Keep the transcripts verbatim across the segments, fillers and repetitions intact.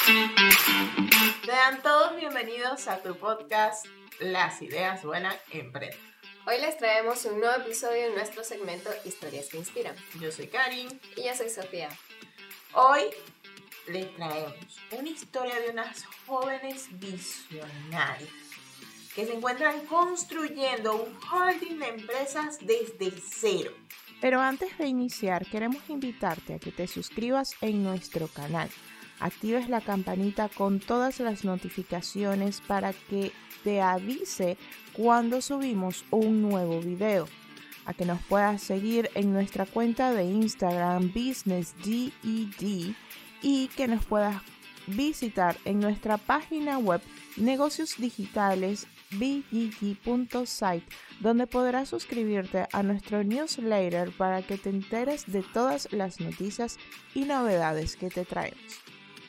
Sean todos bienvenidos a tu podcast Las Ideas Buenas Emprenden. Hoy les traemos un nuevo episodio en nuestro segmento Historias que Inspiran. Yo soy Karin. Y yo soy Sofía. Hoy les traemos una historia de unas jóvenes visionarias que se encuentran construyendo un holding de empresas desde cero. Pero antes de iniciar, queremos invitarte a que te suscribas en nuestro canal. Actives la campanita con todas las notificaciones para que te avise cuando subimos un nuevo video. A que nos puedas seguir en nuestra cuenta de Instagram BusinessDed y que nos puedas visitar en nuestra página web negocios digitales b g g punto site, donde podrás suscribirte a nuestro newsletter para que te enteres de todas las noticias y novedades que te traemos.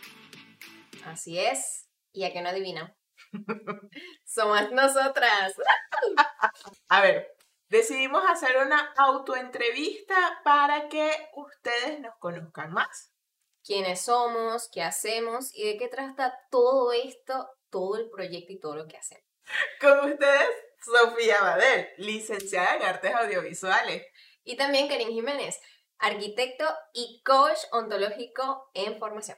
Así es, y a que no adivinan. Somos nosotras. A ver, decidimos hacer una autoentrevista para que ustedes nos conozcan más. ¿Quiénes somos? ¿Qué hacemos? ¿Y de qué trata todo esto, todo el proyecto y todo lo que hacemos? Con ustedes, Sofía Badel, licenciada en Artes Audiovisuales. Y también Karin Jiménez, arquitecto y coach ontológico en formación.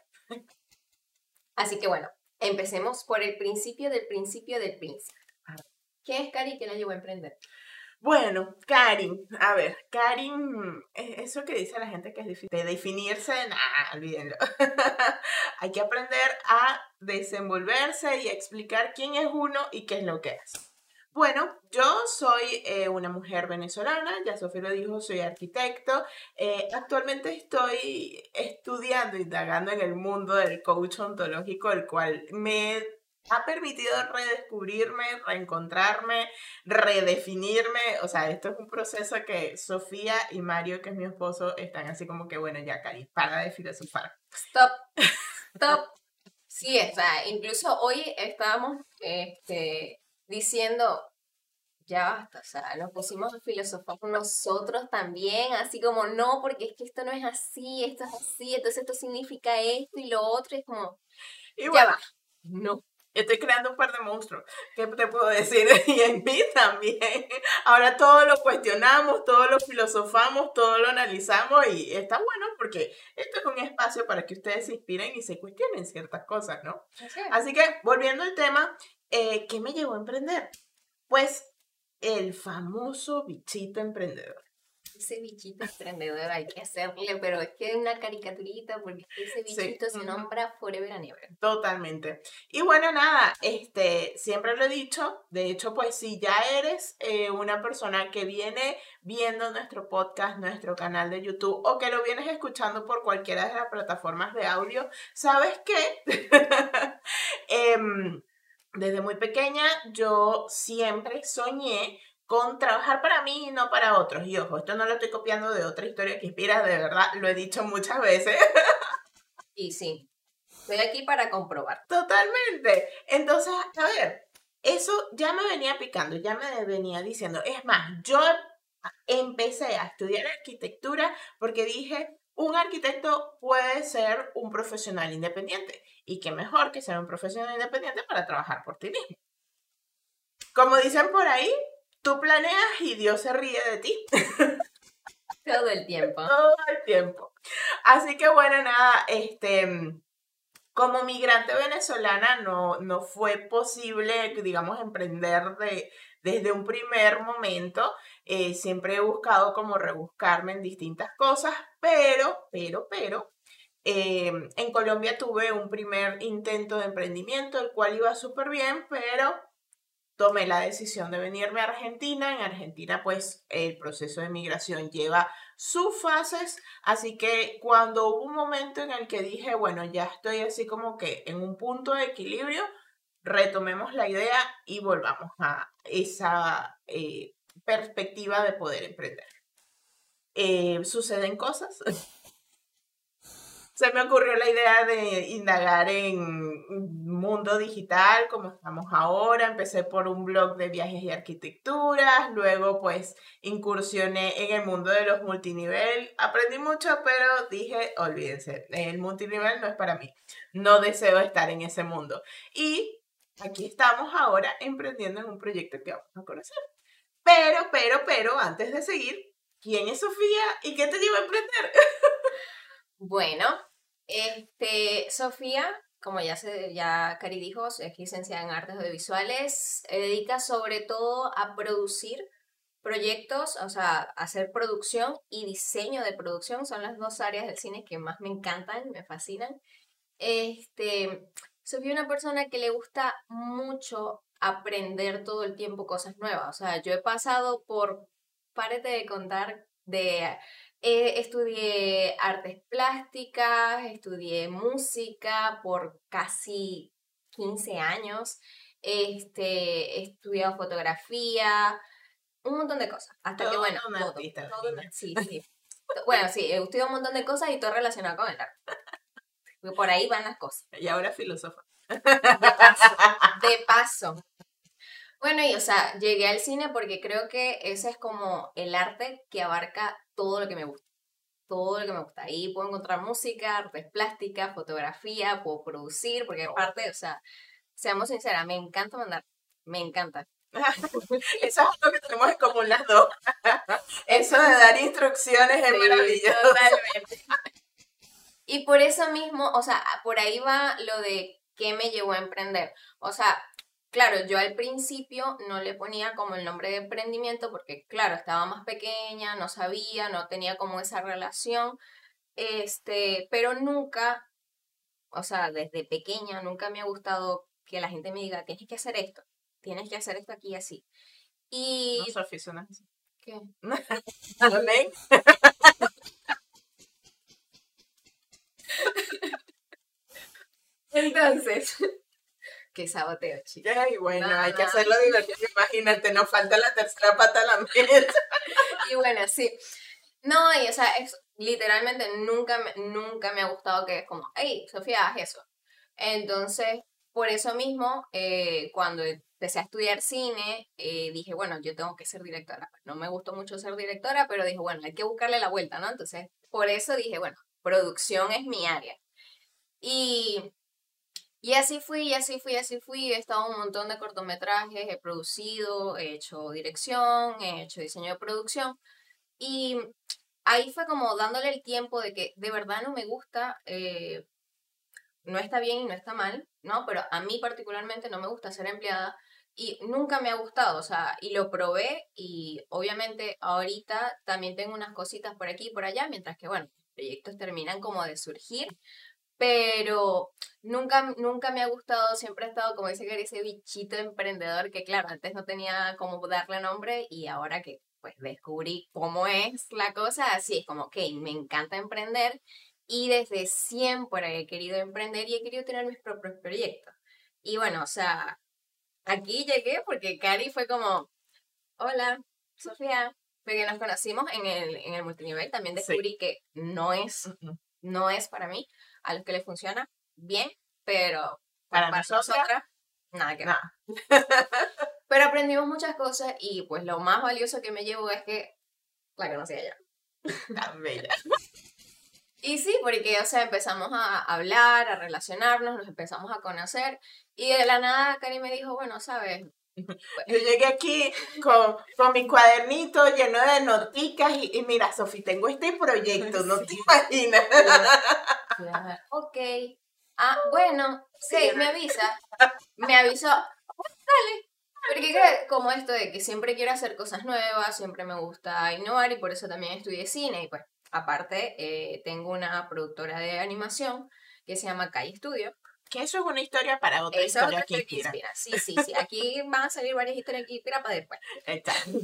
Así que bueno, empecemos por el principio del principio del principio. ¿Quién es Karin que la llevó a emprender? Bueno, Karin, a ver, Karin, eso que dice la gente que es difícil de definirse, nada, olvídenlo. Hay que aprender a desenvolverse y a explicar quién es uno y qué es lo que hace. Bueno, yo soy eh, una mujer venezolana, ya Sofía lo dijo, soy arquitecto. Eh, actualmente estoy estudiando, indagando en el mundo del coach ontológico, el cual me ha permitido redescubrirme, reencontrarme, redefinirme. O sea, esto es un proceso que Sofía y Mario, que es mi esposo, están así como que, bueno, ya, Cari, para de filosofar. Stop, stop. Sí, o sea, incluso hoy estábamos este, diciendo, ya basta, o sea, nos pusimos a filosofar con nosotros también, así como, no, porque es que esto no es así, esto es así, entonces esto significa esto y lo otro, y es como, Y ya bueno, va, no. Estoy creando un par de monstruos, ¿qué te puedo decir? Y en mí también. Ahora todo lo cuestionamos, todo lo filosofamos, todo lo analizamos y está bueno porque esto es un espacio para que ustedes se inspiren y se cuestionen ciertas cosas, ¿no? Así es. Así que, volviendo al tema, eh, ¿qué me llevó a emprender? Pues el famoso bichito emprendedor. Ese bichito emprendedor hay que hacerle, pero es que es una caricaturita porque ese bichito Sí. se nombra forever and ever. Totalmente. Y bueno, nada, este, siempre lo he dicho, de hecho, pues si ya eres eh, una persona que viene viendo nuestro podcast, nuestro canal de YouTube, o que lo vienes escuchando por cualquiera de las plataformas de audio, ¿sabes qué? em, desde muy pequeña yo siempre soñé con trabajar para mí y no para otros. Y ojo, esto no lo estoy copiando de otra historia que inspira, de verdad, lo he dicho muchas veces. Y sí, estoy aquí para comprobar. Totalmente. Entonces, a ver, eso ya me venía picando, ya me venía diciendo. Es más, yo empecé a estudiar arquitectura porque dije, un arquitecto puede ser un profesional independiente. Y qué mejor que ser un profesional independiente para trabajar por ti mismo. Como dicen por ahí, tú planeas y Dios se ríe de ti. Todo el tiempo. Todo el tiempo. Así que bueno, nada, este... Como migrante venezolana no, no fue posible, digamos, emprender de, desde un primer momento. Eh, siempre he buscado como rebuscarme en distintas cosas, pero, pero, pero, eh, en Colombia tuve un primer intento de emprendimiento, el cual iba súper bien, pero tomé la decisión de venirme a Argentina. En Argentina, pues, el proceso de migración lleva sus fases, así que cuando hubo un momento en el que dije, bueno, ya estoy así como que en un punto de equilibrio, retomemos la idea y volvamos a esa eh, perspectiva de poder emprender. Eh, suceden cosas. Se me ocurrió la idea de indagar en mundo digital como estamos ahora. Empecé por un blog de viajes y arquitecturas, luego pues incursioné en el mundo de los multinivel. Aprendí mucho, pero dije, olvídense, el multinivel no es para mí. No deseo estar en ese mundo. Y aquí estamos ahora emprendiendo en un proyecto que vamos a conocer. Pero, pero, pero, antes de seguir, ¿quién es Sofía y qué te lleva a emprender? Bueno, este, Sofía, como ya se, ya Cari dijo, es licenciada en artes audiovisuales, se dedica sobre todo a producir proyectos, o sea, hacer producción y diseño de producción, son las dos áreas del cine que más me encantan, me fascinan. Este, Sofía es una persona que le gusta mucho aprender todo el tiempo cosas nuevas, o sea, yo he pasado por, párate de contar, de eh, estudié artes plásticas, estudié música por casi quince años, este, he estudiado fotografía, un montón de cosas. Hasta que, Todo bueno, un todo, artista, todo, Dina. sí, sí. Bueno, sí, he estudiado un montón de cosas y todo relacionado con el arte. Porque por ahí van las cosas. Y ahora filósofa. De paso, de paso. Bueno, y o sea, llegué al cine porque creo que ese es como el arte que abarca todo lo que me gusta. Todo lo que me gusta. Ahí puedo encontrar música, artes plásticas, fotografía, puedo producir, porque aparte, o sea, seamos sinceras, me encanta mandar. Me encanta. Eso es algo que tenemos en común las dos. Eso de dar instrucciones es Sí, maravilloso. totalmente. Y por eso mismo, o sea, por ahí va lo de qué me llevó a emprender. O sea, claro, yo al principio no le ponía como el nombre de emprendimiento porque, claro, estaba más pequeña, no sabía, no tenía como esa relación, este, pero nunca, o sea, desde pequeña nunca me ha gustado que la gente me diga, tienes que hacer esto, tienes que hacer esto aquí y así. Y... No, Sofía, suena así. ¿Qué? Amén. Entonces, qué saboteo, chicos. Ay, bueno, No, hay que no. hacerlo divertido. Imagínate, nos falta la tercera pata a la mesa. Y bueno, sí. No, y o sea, es, literalmente nunca me, nunca me ha gustado que es como, hey, Sofía, haz eso. Entonces, por eso mismo, eh, cuando empecé a estudiar cine, eh, dije, bueno, yo tengo que ser directora. No me gustó mucho ser directora, pero dije, bueno, hay que buscarle la vuelta, ¿no? Entonces, por eso dije, bueno, producción es mi área. Y, y así fui, y así fui, y así fui. He estado en un montón de cortometrajes, he producido, he hecho dirección, he hecho diseño de producción. Y ahí fue como dándole el tiempo de que de verdad no me gusta, eh, no está bien y no está mal, ¿no? Pero a mí particularmente no me gusta ser empleada y nunca me ha gustado, o sea, y lo probé y obviamente ahorita también tengo unas cositas por aquí y por allá, mientras que, bueno, los proyectos terminan como de surgir, pero nunca, nunca me ha gustado, siempre he estado, como dice Gary, ese bichito emprendedor que, claro, antes no tenía cómo darle nombre y ahora que pues descubrí cómo es la cosa, así es como, ok, me encanta emprender y desde siempre he querido emprender y he querido tener mis propios proyectos. Y bueno, o sea, aquí llegué porque Cari fue como, hola, Sofía, porque nos conocimos en el, en el multinivel, también descubrí Sí. que no es, Mm-mm. no es para mí, a los que les funciona bien, pero Para para nosotras, nosotras, nada que ver. nada. Pero aprendimos muchas cosas y pues lo más valioso que me llevo es que la conocí ella. Tan bella. Y sí, porque, o sea, empezamos a hablar, a relacionarnos, nos empezamos a conocer y de la nada Cari me dijo, bueno, ¿sabes? Yo llegué aquí con, con mi cuadernito lleno de noticas y, y mira, Sofi, tengo este proyecto, no te Sí. imaginas. Claro. Ok. Ah, bueno, Sí, ok, me avisa. Me avisó, dale. Porque que- como esto de que siempre quiero hacer cosas nuevas, siempre me gusta innovar y por eso también estudié cine y pues aparte eh, tengo una productora de animación que se llama Kai Studio. Que eso es una historia para otra Esa es historia otra que historia que inspira. inspira. Sí, sí, sí. Aquí van a salir varias historias que inspiran para después. Exacto.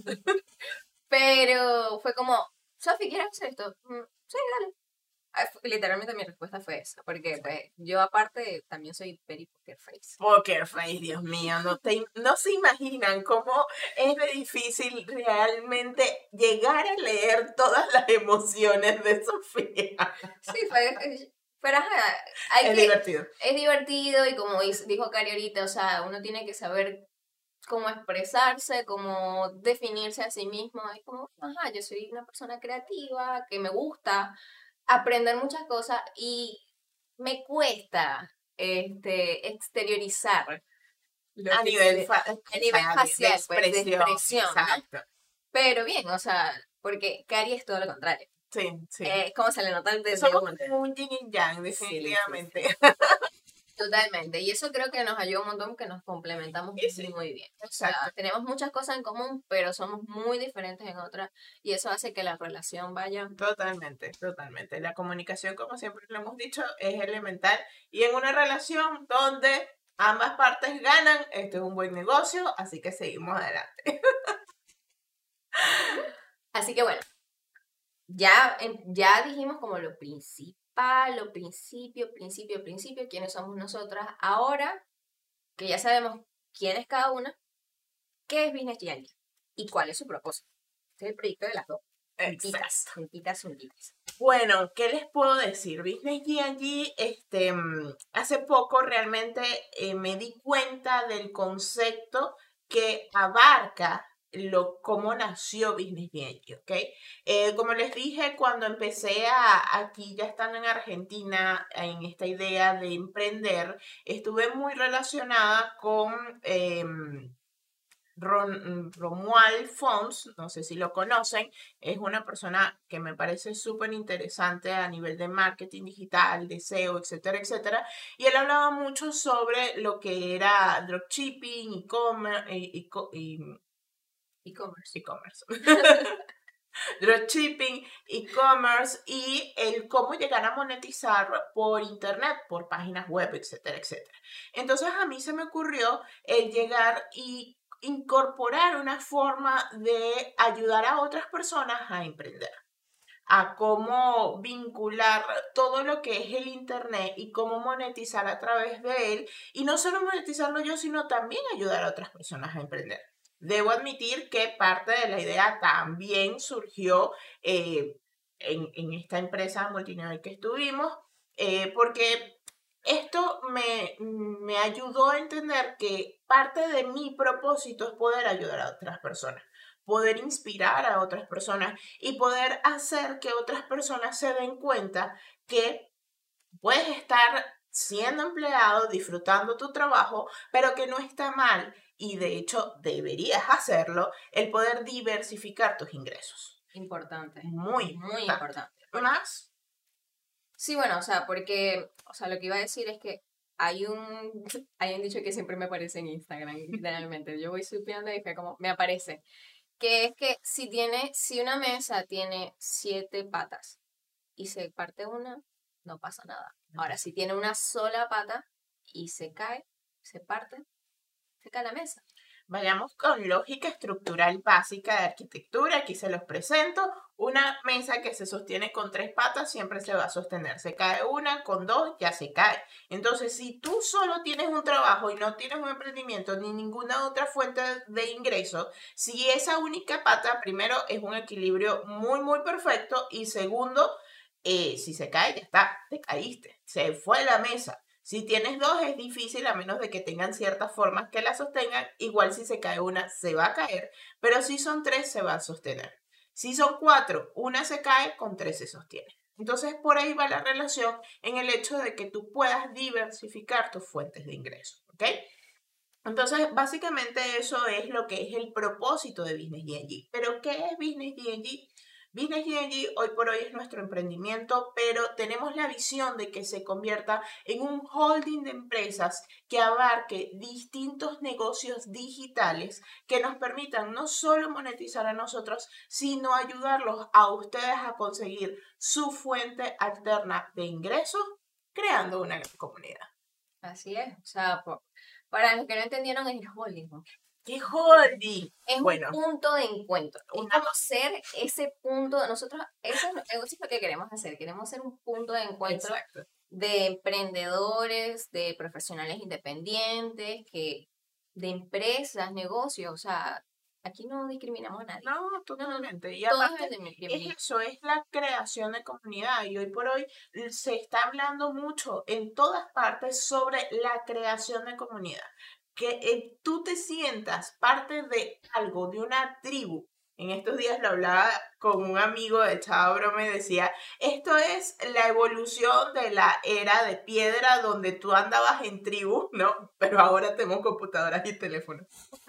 Pero fue como, Sofi, ¿quieres hacer esto? "Mm, sí, dale. Ah, fu- Literalmente mi respuesta fue esa, porque pues yo aparte también soy very poker face. Poker Face, Dios mío, no, te, no se imaginan cómo es de difícil realmente llegar a leer todas las emociones de Sofía. Sí, fue, Pero ajá, hay Es que, divertido. es divertido y como dijo Cari ahorita, o sea, uno tiene que saber cómo expresarse, cómo definirse a sí mismo. Es como, ajá, yo soy una persona creativa, que me gusta aprender muchas cosas y me cuesta este, exteriorizar lo A que nivel, sé, fa- a nivel de facial, pues, de expresión, expresión, ¿no? exacto. Pero bien, o sea, porque Cari es todo lo contrario. Sí, sí. Eh, Es como se le nota desde Somos una. como un yin y yang, Sí, sí, sí. definitivamente. Totalmente. Y eso creo que nos ayuda un montón, que nos complementamos Y sí, muy bien. O sea, exacto. tenemos muchas cosas en común, pero somos muy diferentes en otras. Y eso hace que la relación vaya. Totalmente, totalmente. La comunicación, como siempre lo hemos dicho, es elemental. Y en una relación donde ambas partes ganan, esto es un buen negocio, así que seguimos adelante. Así que bueno, ya, en- ya dijimos como lo principal, lo principio, principio, principio, quiénes somos nosotras. Ahora que ya sabemos quién es cada una, ¿qué es Business G and G? ¿Y cuál es su propósito? Este es el proyecto de las dos. Juntitas, Exacto. juntitas, juntitas. Bueno, ¿qué les puedo decir? Business G and G, este, mm, hace poco realmente eh, me di cuenta del concepto que abarca lo, cómo nació Business G and G, ¿ok? Eh, como les dije, cuando empecé a, aquí ya estando en Argentina, en esta idea de emprender, estuve muy relacionada con... em, Ron- Romuald Fons, no sé si lo conocen, es una persona que me parece súper interesante a nivel de marketing digital, de S E O, etcétera, etcétera. Y él hablaba mucho sobre lo que era dropshipping, e-commerce, y, y, E-commerce. e-commerce. Dropshipping, e-commerce y el cómo llegar a monetizar por internet, por páginas web, etcétera, etcétera. Entonces a mí se me ocurrió el llegar y incorporar una forma de ayudar a otras personas a emprender, a cómo vincular todo lo que es el internet y cómo monetizar a través de él, y no solo monetizarlo yo, sino también ayudar a otras personas a emprender. Debo admitir que parte de la idea también surgió eh, en, en, esta empresa multinivel que estuvimos, eh, porque esto me, me ayudó a entender que parte de mi propósito es poder ayudar a otras personas, poder inspirar a otras personas y poder hacer que otras personas se den cuenta que puedes estar siendo empleado, disfrutando tu trabajo, pero que no está mal y de hecho deberías hacerlo, el poder diversificar tus ingresos. Importante. Muy, muy importante. importante. Porque, ¿Más? Sí, bueno, o sea, porque, o sea, lo que iba a decir es que hay un, hay un dicho que siempre me aparece en Instagram, literalmente. Yo voy subiendo y fue como, me aparece, que es que si tiene, si una mesa tiene siete patas y se parte una, no pasa nada. Ahora, si tiene una sola pata y se cae, se parte, se cae la mesa. Vayamos con lógica estructural básica de arquitectura. Aquí se los presento. Una mesa que se sostiene con tres patas siempre se va a sostener. Se cae una, con dos ya se cae. Entonces, si tú solo tienes un trabajo y no tienes un emprendimiento ni ninguna otra fuente de ingreso, si esa única pata, primero, es un equilibrio muy, muy perfecto, y segundo, eh, si se cae, ya está, te caíste, se fue la mesa. Si tienes dos es difícil, a menos de que tengan ciertas formas que la sostengan. Igual si se cae una se va a caer, pero si son tres se va a sostener. Si son cuatro, una se cae, con tres se sostiene. Entonces por ahí va la relación en el hecho de que tú puedas diversificar tus fuentes de ingresos, ¿ok? Entonces básicamente eso es lo que es el propósito de Business G and G. ¿Pero qué es Business G and G? Business G and G hoy por hoy es nuestro emprendimiento, pero tenemos la visión de que se convierta en un holding de empresas que abarque distintos negocios digitales que nos permitan no solo monetizar a nosotros, sino ayudarlos a ustedes a conseguir su fuente alterna de ingresos, creando una gran comunidad. Así es. O sea, por, para los que no entendieron, es el holding. ¡Qué holding! Es Bueno, un punto de encuentro. Es una- como ser ese punto. Nosotros, eso, es- eso es lo que queremos hacer. Queremos ser un punto de encuentro Exacto. de emprendedores, de profesionales independientes, que, de empresas, negocios. O sea, aquí no discriminamos a nadie. No, totalmente. Y Todos aparte, es es bienvenido. eso, es la creación de comunidad. Y hoy por hoy l- se está hablando mucho en todas partes sobre la creación de comunidad. Que eh, tú te sientas parte de algo, de una tribu. En estos días lo hablaba con un amigo, echaba broma y decía, esto es la evolución de la era de piedra donde tú andabas en tribu, ¿no? Pero ahora tenemos computadoras y teléfonos.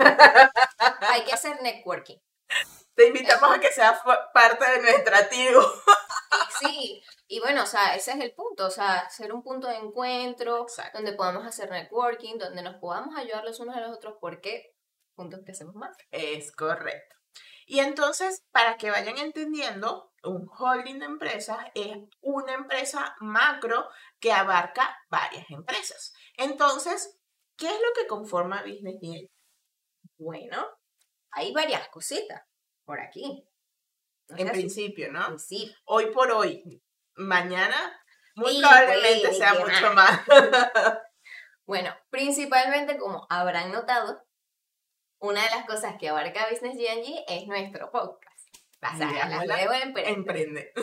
Hay que hacer networking. Te invitamos a que seas fu- parte de nuestra tribu. Sí, y bueno, o sea, ese es el punto, o sea, ser un punto de encuentro, Exacto. donde podamos hacer networking, donde nos podamos ayudar los unos a los otros, porque juntos crecemos más. Es correcto. Y entonces, para que vayan entendiendo, un holding de empresas es una empresa macro que abarca varias empresas. Entonces, ¿qué es lo que conforma Business Día? Bueno, hay varias cositas por aquí. No En sé, principio, ¿no? sí. Hoy por hoy, mañana, muy Y probablemente puede sea que mucho más. más. Bueno, principalmente, como habrán notado, una de las cosas que abarca Business G and G es nuestro podcast. Las O sea, ideas las vuelan, ideas vuelan, pero- emprende.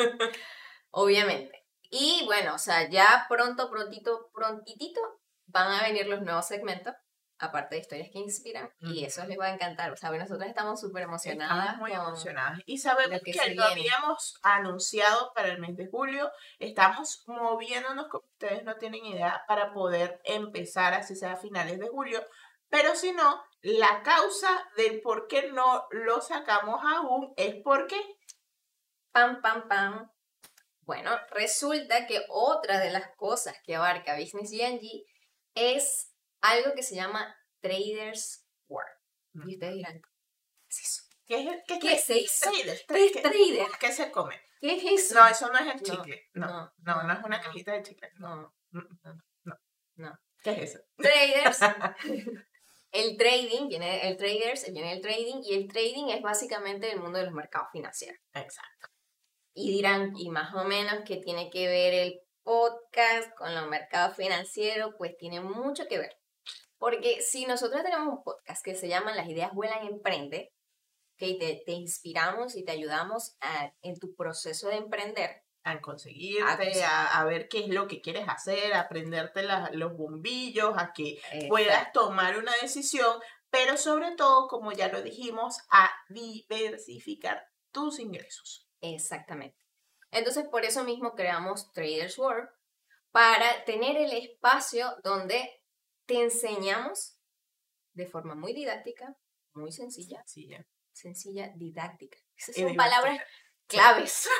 Obviamente. Y bueno, o sea, ya pronto, prontito, prontitito van a venir los nuevos segmentos, aparte de historias que inspiran, y Ujú. eso les va a encantar. O sea, nosotros estamos súper emocionadas. Estamos muy con- emocionadas. Y sabemos lo que que, se lo viene. habíamos anunciado para el mes de julio. Estamos moviéndonos, como ustedes no tienen idea, para poder empezar, así sea a finales de julio. Pero si no, la causa del por qué no lo sacamos aún es porque Pam, pam, pam. Bueno, resulta que otra de las cosas que abarca Business G and G es algo que se llama Traders World. Y ustedes dirán, ¿qué es eso? ¿qué es, qué, ¿Qué es eso? Traders? ¿Qué es ¿Qué- trader? ¿Qué se come? ¿Qué es eso? No, eso no es el No, chicle. No, no, no, no, es una no, cajita de chicle. No, No, mm, mm, no. no. ¿Qué es eso? Traders. El trading, viene el traders, viene el trading, y el trading es básicamente el mundo de los mercados financieros. Exacto. Y dirán, y más o menos, ¿qué tiene que ver el podcast con los mercados financieros? Pues tiene mucho que ver. Porque si nosotros tenemos un podcast que se llama Las ideas vuelan, emprende, que te, te inspiramos y te ayudamos a- en tu proceso de emprender, A conseguirte, A conseguir. a, a ver qué es lo que quieres hacer, a prenderte la- los bombillos, a que Exacto. puedas tomar una decisión, pero sobre todo, como ya lo dijimos, a diversificar tus ingresos. Exactamente. Entonces, por eso mismo creamos Traders World, para tener el espacio donde te enseñamos de forma muy didáctica, muy sencilla, Sí, ya. sencilla, didáctica. Esas Y son divertida. palabras claves.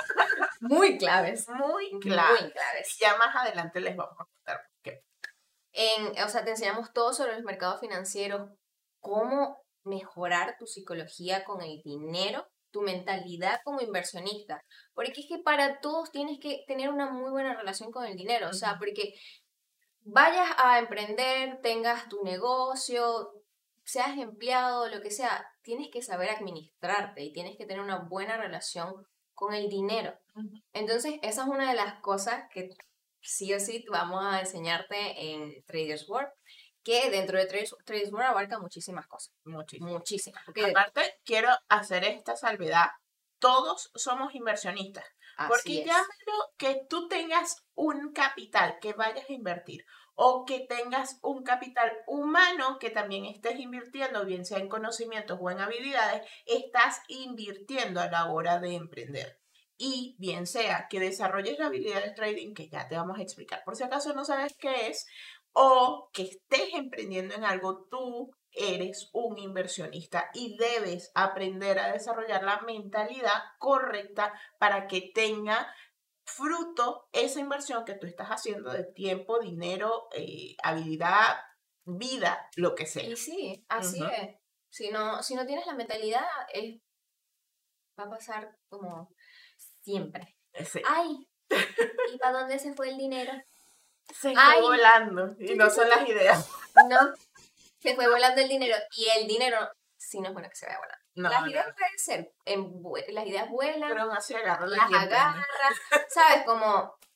Muy claves. Muy claro. Muy claves. Ya más adelante les vamos a contar por qué. En, o sea, te enseñamos todo sobre los mercados financieros, cómo mejorar tu psicología con el dinero, tu mentalidad como inversionista. Porque es que para todos tienes que tener una muy buena relación con el dinero. O sea, Ujú. porque vayas a emprender, tengas tu negocio, seas empleado, lo que sea, tienes que saber administrarte y tienes que tener una buena relación con el dinero. Ujú. Entonces, esa es una de las cosas que sí o sí vamos a enseñarte en Traders World, que dentro de Traders, Traders World abarca muchísimas cosas, Muchísimo. muchísimas. Porque Aparte, quiero hacer esta salvedad. Todos somos inversionistas. así Porque es. llámalo que tú tengas un capital que vayas a invertir o que tengas un capital humano que también estés invirtiendo, bien sea en conocimientos o en habilidades, estás invirtiendo a la hora de emprender. Y bien sea que desarrolles la habilidad del trading, que ya te vamos a explicar por si acaso no sabes qué es, o que estés emprendiendo en algo, tú eres un inversionista y debes aprender a desarrollar la mentalidad correcta para que tenga fruto esa inversión que tú estás haciendo de tiempo, dinero, eh, habilidad, vida, lo que sea. Y sí, así Ujú. es. Si no, si no tienes la mentalidad, es, va a pasar como siempre. Sí. Ay, ¿y para dónde se fue el dinero? Se fue Ay. volando y no son las ideas. No, se fue volando el dinero. Y el dinero, sí no es bueno que se vaya volando. No, las no, ideas no. pueden ser, en, vu- las ideas vuelan, Pero así agárrala las y emprende. agarras, ¿sabes? Como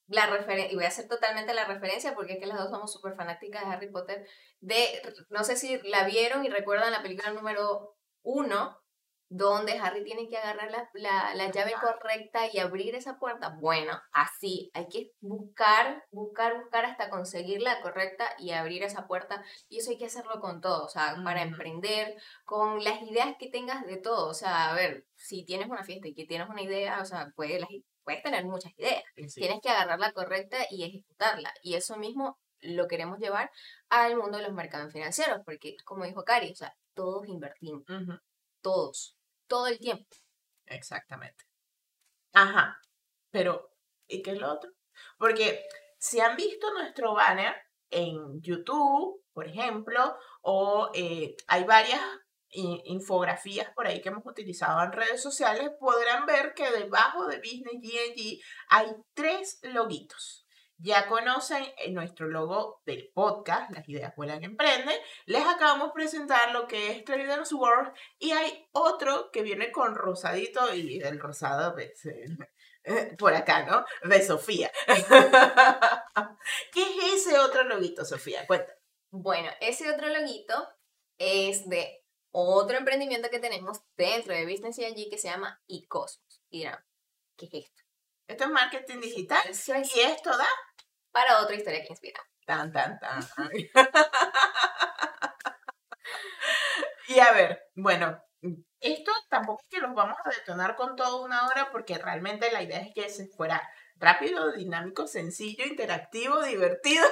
la referencia, y voy a hacer totalmente la referencia porque es que las dos somos súper fanáticas de Harry Potter, de, no sé si la vieron y recuerdan la película número uno, donde Harry tiene que agarrar la, la, la llave correcta y abrir esa puerta. Bueno, así, hay que buscar, buscar, buscar hasta conseguir la correcta y abrir esa puerta, y eso hay que hacerlo con todo, o sea, para Ujú. emprender, con las ideas que tengas de todo, o sea, a ver, si tienes una fiesta y que tienes una idea, o sea, puedes, las- puedes tener muchas ideas, Y sí. tienes que agarrar la correcta y ejecutarla, y eso mismo lo queremos llevar al mundo de los mercados financieros, porque como dijo Cari, o sea, todos invertimos, Ujú. todos, todo el tiempo. Exactamente. Ajá, pero ¿y qué es lo otro? Porque si han visto nuestro banner en YouTube, por ejemplo, o eh, hay varias i- infografías por ahí que hemos utilizado en redes sociales, podrán ver que debajo de Business G N G hay tres loguitos. Ya conocen eh, nuestro logo del podcast, Las Ideas Vuelan Emprende. Les acabamos de presentar lo que es Traders World y hay otro que viene con rosadito y el rosado pues, eh, eh, por acá, ¿no? De Sofía. ¿Qué es ese otro loguito, Sofía? Cuéntame. Bueno, ese otro loguito es de otro emprendimiento que tenemos dentro de Business I N G que se llama eCosmos. Y dirán, ¿qué es esto? Esto es marketing digital Eso es y esto da para otra historia que inspira. tan, tan, tan. Y a ver, bueno, esto tampoco es que los vamos a detonar con toda una hora porque realmente la idea es que se fuera rápido, dinámico, sencillo, interactivo, divertido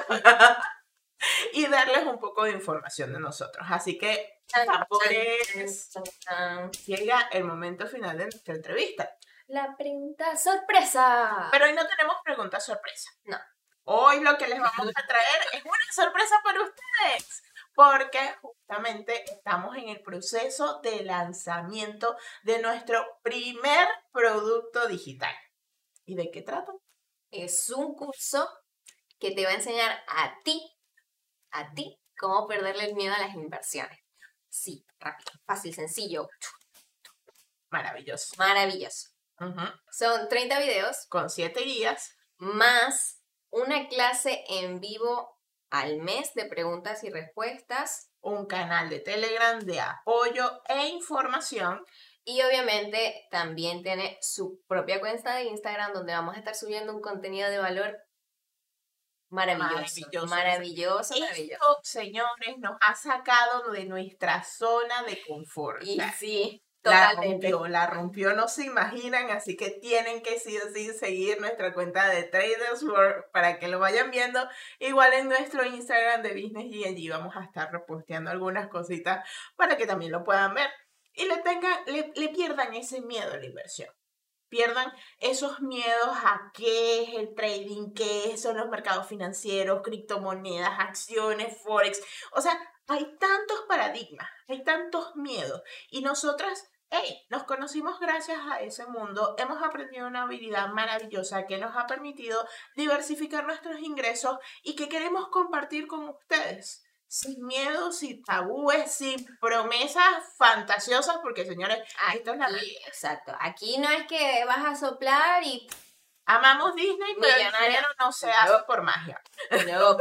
y darles un poco de información de nosotros. Así que, Chan, chan, tambores, chan, chan. llega el momento final de nuestra entrevista. La pregunta sorpresa. Pero hoy no tenemos pregunta sorpresa. No. Hoy lo que les vamos a traer es una sorpresa para ustedes, porque justamente estamos en el proceso de lanzamiento de nuestro primer producto digital. ¿Y de qué trata? Es un curso que te va a enseñar a ti, a ti, cómo perderle el miedo a las inversiones. Sí, rápido, fácil, sencillo, Maravilloso. maravilloso. Ujú. Son treinta videos Con siete guías. más una clase en vivo al mes de preguntas y respuestas. Un canal de Telegram de apoyo e información. Y obviamente también tiene su propia cuenta de Instagram donde vamos a estar subiendo un contenido de valor maravilloso. Maravilloso. Maravilloso, maravilloso. Esto, señores, nos ha sacado de nuestra zona de confort. Y O sea, sí, la totalmente. rompió, la rompió, no se imaginan, así que tienen que sí o sí seguir nuestra cuenta de Traders World para que lo vayan viendo. Igual en nuestro Instagram de Business G N G vamos a estar reposteando algunas cositas para que también lo puedan ver y le tengan, le, le pierdan ese miedo a la inversión. Pierdan esos miedos a qué es el trading, qué son los mercados financieros, criptomonedas, acciones, forex. O sea, hay tantos paradigmas, hay tantos miedos. Y nosotras, hey, nos conocimos gracias a ese mundo. Hemos aprendido una habilidad maravillosa que nos ha permitido diversificar nuestros ingresos y que queremos compartir con ustedes. Sin miedo, sin tabúes, sin promesas fantasiosas, porque señores, esto es la Aquí, realidad. exacto. Aquí no es que vas a soplar y Amamos Disney, pero el Millonaria. dinero no se No. hace por magia. no.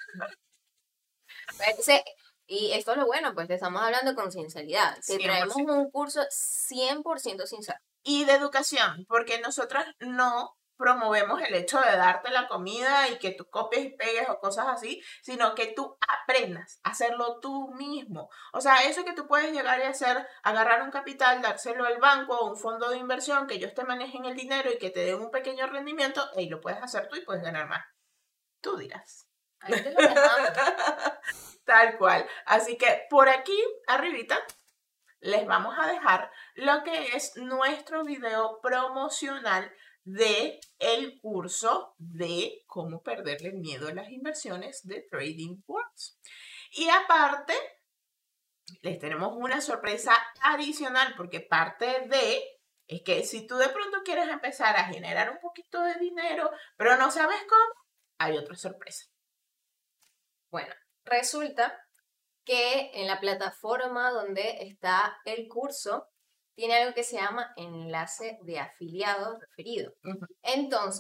Entonces, y esto es lo bueno, pues te estamos hablando con sinceridad. Te cien por traemos ciento. un curso cien por ciento sincero. Y de educación, porque nosotros no promovemos el hecho de darte la comida y que tú copies y pegues o cosas así, sino que tú aprendas a hacerlo tú mismo. O sea, eso que tú puedes llegar a hacer, agarrar un capital, dárselo al banco o un fondo de inversión, que ellos te manejen el dinero y que te den un pequeño rendimiento, y lo puedes hacer tú y puedes ganar más. Tú dirás. Ahí te lo dejamos. Tal cual. Así que por aquí, arribita, les vamos a dejar lo que es nuestro video promocional de el curso de cómo perderle el miedo a las inversiones de Trading Worlds. Y aparte, les tenemos una sorpresa adicional porque parte de es que si tú de pronto quieres empezar a generar un poquito de dinero, pero no sabes cómo, hay otra sorpresa. Bueno, resulta que en la plataforma donde está el curso tiene algo que se llama enlace de afiliado referido. Ujú. Entonces,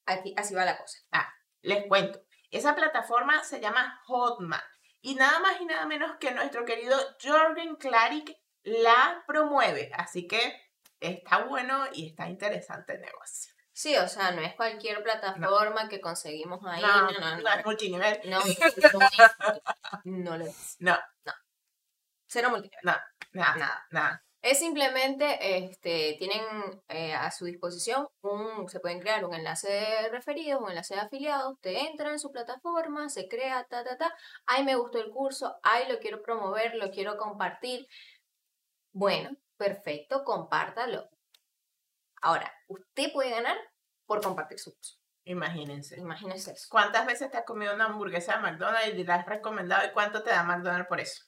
aquí, así va la cosa. Ah, les cuento. Esa plataforma se llama Hotmart y nada más y nada menos que nuestro querido Jorgen Klarik la promueve. Así que está bueno y está interesante el negocio. Sí, o sea, no es cualquier plataforma no. que conseguimos ahí. No, No, no, no. No es multinivel. No, no, es, no lo es. No. No. Cero multinivel. No, nada, nada. nada. Es simplemente, este, tienen eh, a su disposición, un, se pueden crear un enlace de referidos, un enlace de afiliados, te entran en su plataforma, se crea, ta, ta, ta, ay, me gustó el curso, ay, lo quiero promover, lo quiero compartir. Bueno, perfecto, compártalo. Ahora, usted puede ganar por compartir su curso. Imagínense. Imagínense eso. ¿Cuántas veces te has comido una hamburguesa de McDonald's y la has recomendado y cuánto te da McDonald's por eso?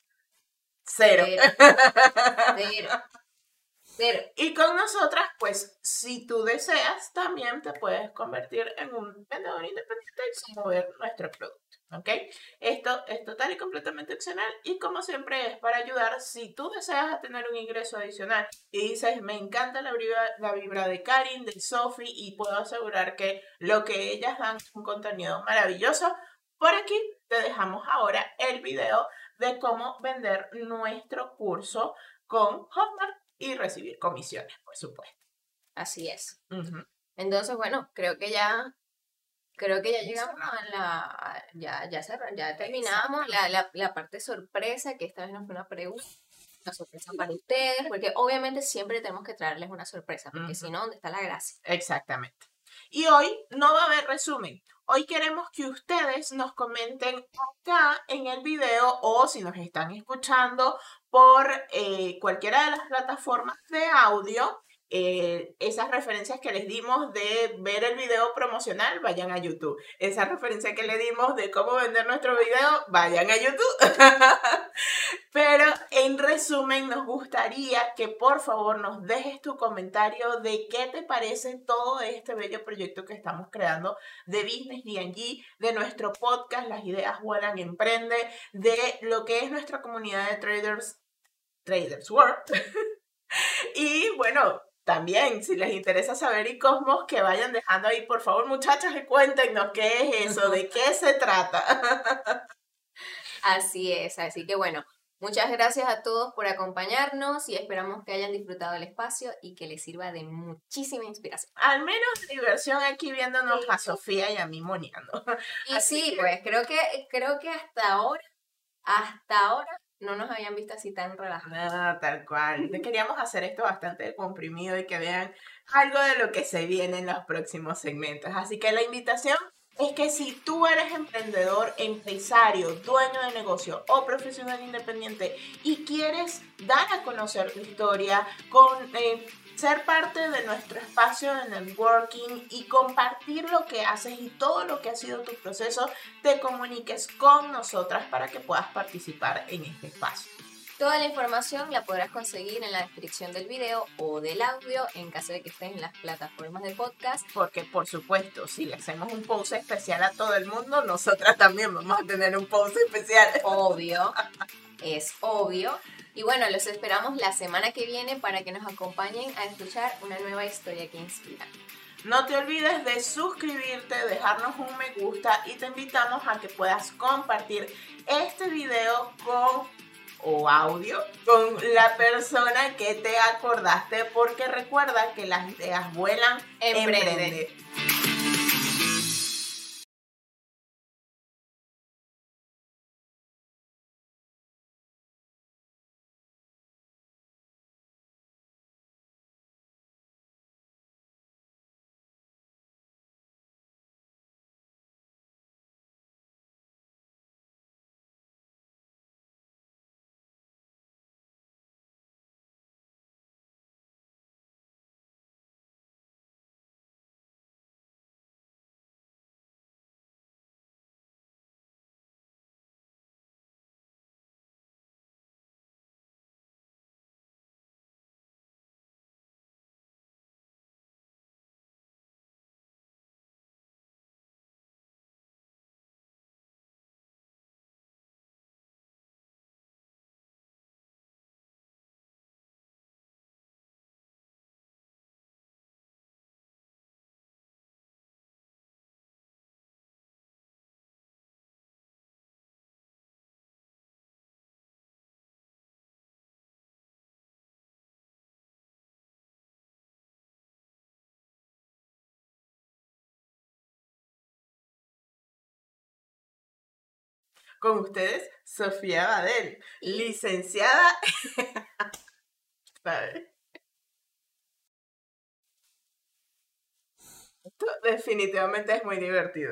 Cero. Cero. Cero. Cero. Y con nosotras, pues, si tú deseas, también te puedes convertir en un vendedor independiente y promover nuestro producto, ¿ok? Esto es total y completamente opcional y como siempre es para ayudar si tú deseas tener un ingreso adicional y dices, me encanta la vibra, la vibra de Karin, de Sophie y puedo asegurar que lo que ellas dan es un contenido maravilloso. Por aquí te dejamos ahora el video de cómo vender nuestro curso con Hotmart y recibir comisiones, por supuesto. Así es. Uh-huh. Entonces, bueno, creo que ya creo que ya llegamos a la ya ya cerramos, ya terminamos la, la, la parte sorpresa, que esta vez no fue una pregunta, una sorpresa para ustedes, porque obviamente siempre tenemos que traerles una sorpresa, porque uh-huh. si no, ¿dónde está la gracia? Exactamente. Y hoy no va a haber resumen. Hoy queremos que ustedes nos comenten acá en el video o si nos están escuchando por eh, cualquiera de las plataformas de audio, eh, esas referencias que les dimos de ver el video promocional, vayan a YouTube. Esa referencia que le dimos de cómo vender nuestro video, vayan a YouTube. Pero en resumen, nos gustaría que por favor nos dejes tu comentario de qué te parece todo este bello proyecto que estamos creando de Business D and G, de nuestro podcast Las Ideas Vuelan Emprende, de lo que es nuestra comunidad de traders, Traders World. Y bueno, también, si les interesa saber y Cosmos, que vayan dejando ahí, por favor, muchachas, y cuéntenos qué es eso, de qué se trata. Así es, así que bueno, muchas gracias a todos por acompañarnos y esperamos que hayan disfrutado el espacio y que les sirva de muchísima inspiración. Al menos diversión aquí viéndonos a Sofía y a mí moneando. Y así sí, que... pues creo que, creo que hasta ahora, hasta ahora, no nos habían visto así tan relajados. No, tal cual. Queríamos hacer esto bastante comprimido y que vean algo de lo que se viene en los próximos segmentos. Así que la invitación es que si tú eres emprendedor, empresario, dueño de negocio o profesional independiente y quieres dar a conocer tu historia con... Eh, ser parte de nuestro espacio de networking y compartir lo que haces y todo lo que ha sido tu proceso, te comuniques con nosotras para que puedas participar en este espacio. Toda la información la podrás conseguir en la descripción del video o del audio en caso de que estés en las plataformas de podcast. Porque, por supuesto, si le hacemos un post especial a todo el mundo, nosotras también vamos a tener un post especial. Obvio, es obvio. Y bueno, los esperamos la semana que viene para que nos acompañen a escuchar una nueva historia que inspira. No te olvides de suscribirte, dejarnos un me gusta y te invitamos a que puedas compartir este video con o audio con la persona que te acordaste, porque recuerda que las ideas vuelan, emprende. emprende. Con ustedes, Sofía Badel, Y- licenciada. ¿Sabes? Esto definitivamente es muy divertido.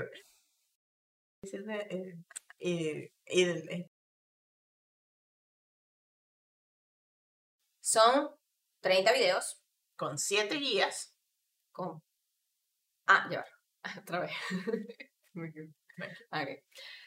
Eh, Y, y, eh, Son treinta videos con siete guías. con... Ah, ya va. Otra vez. Me equivoqué. Ok.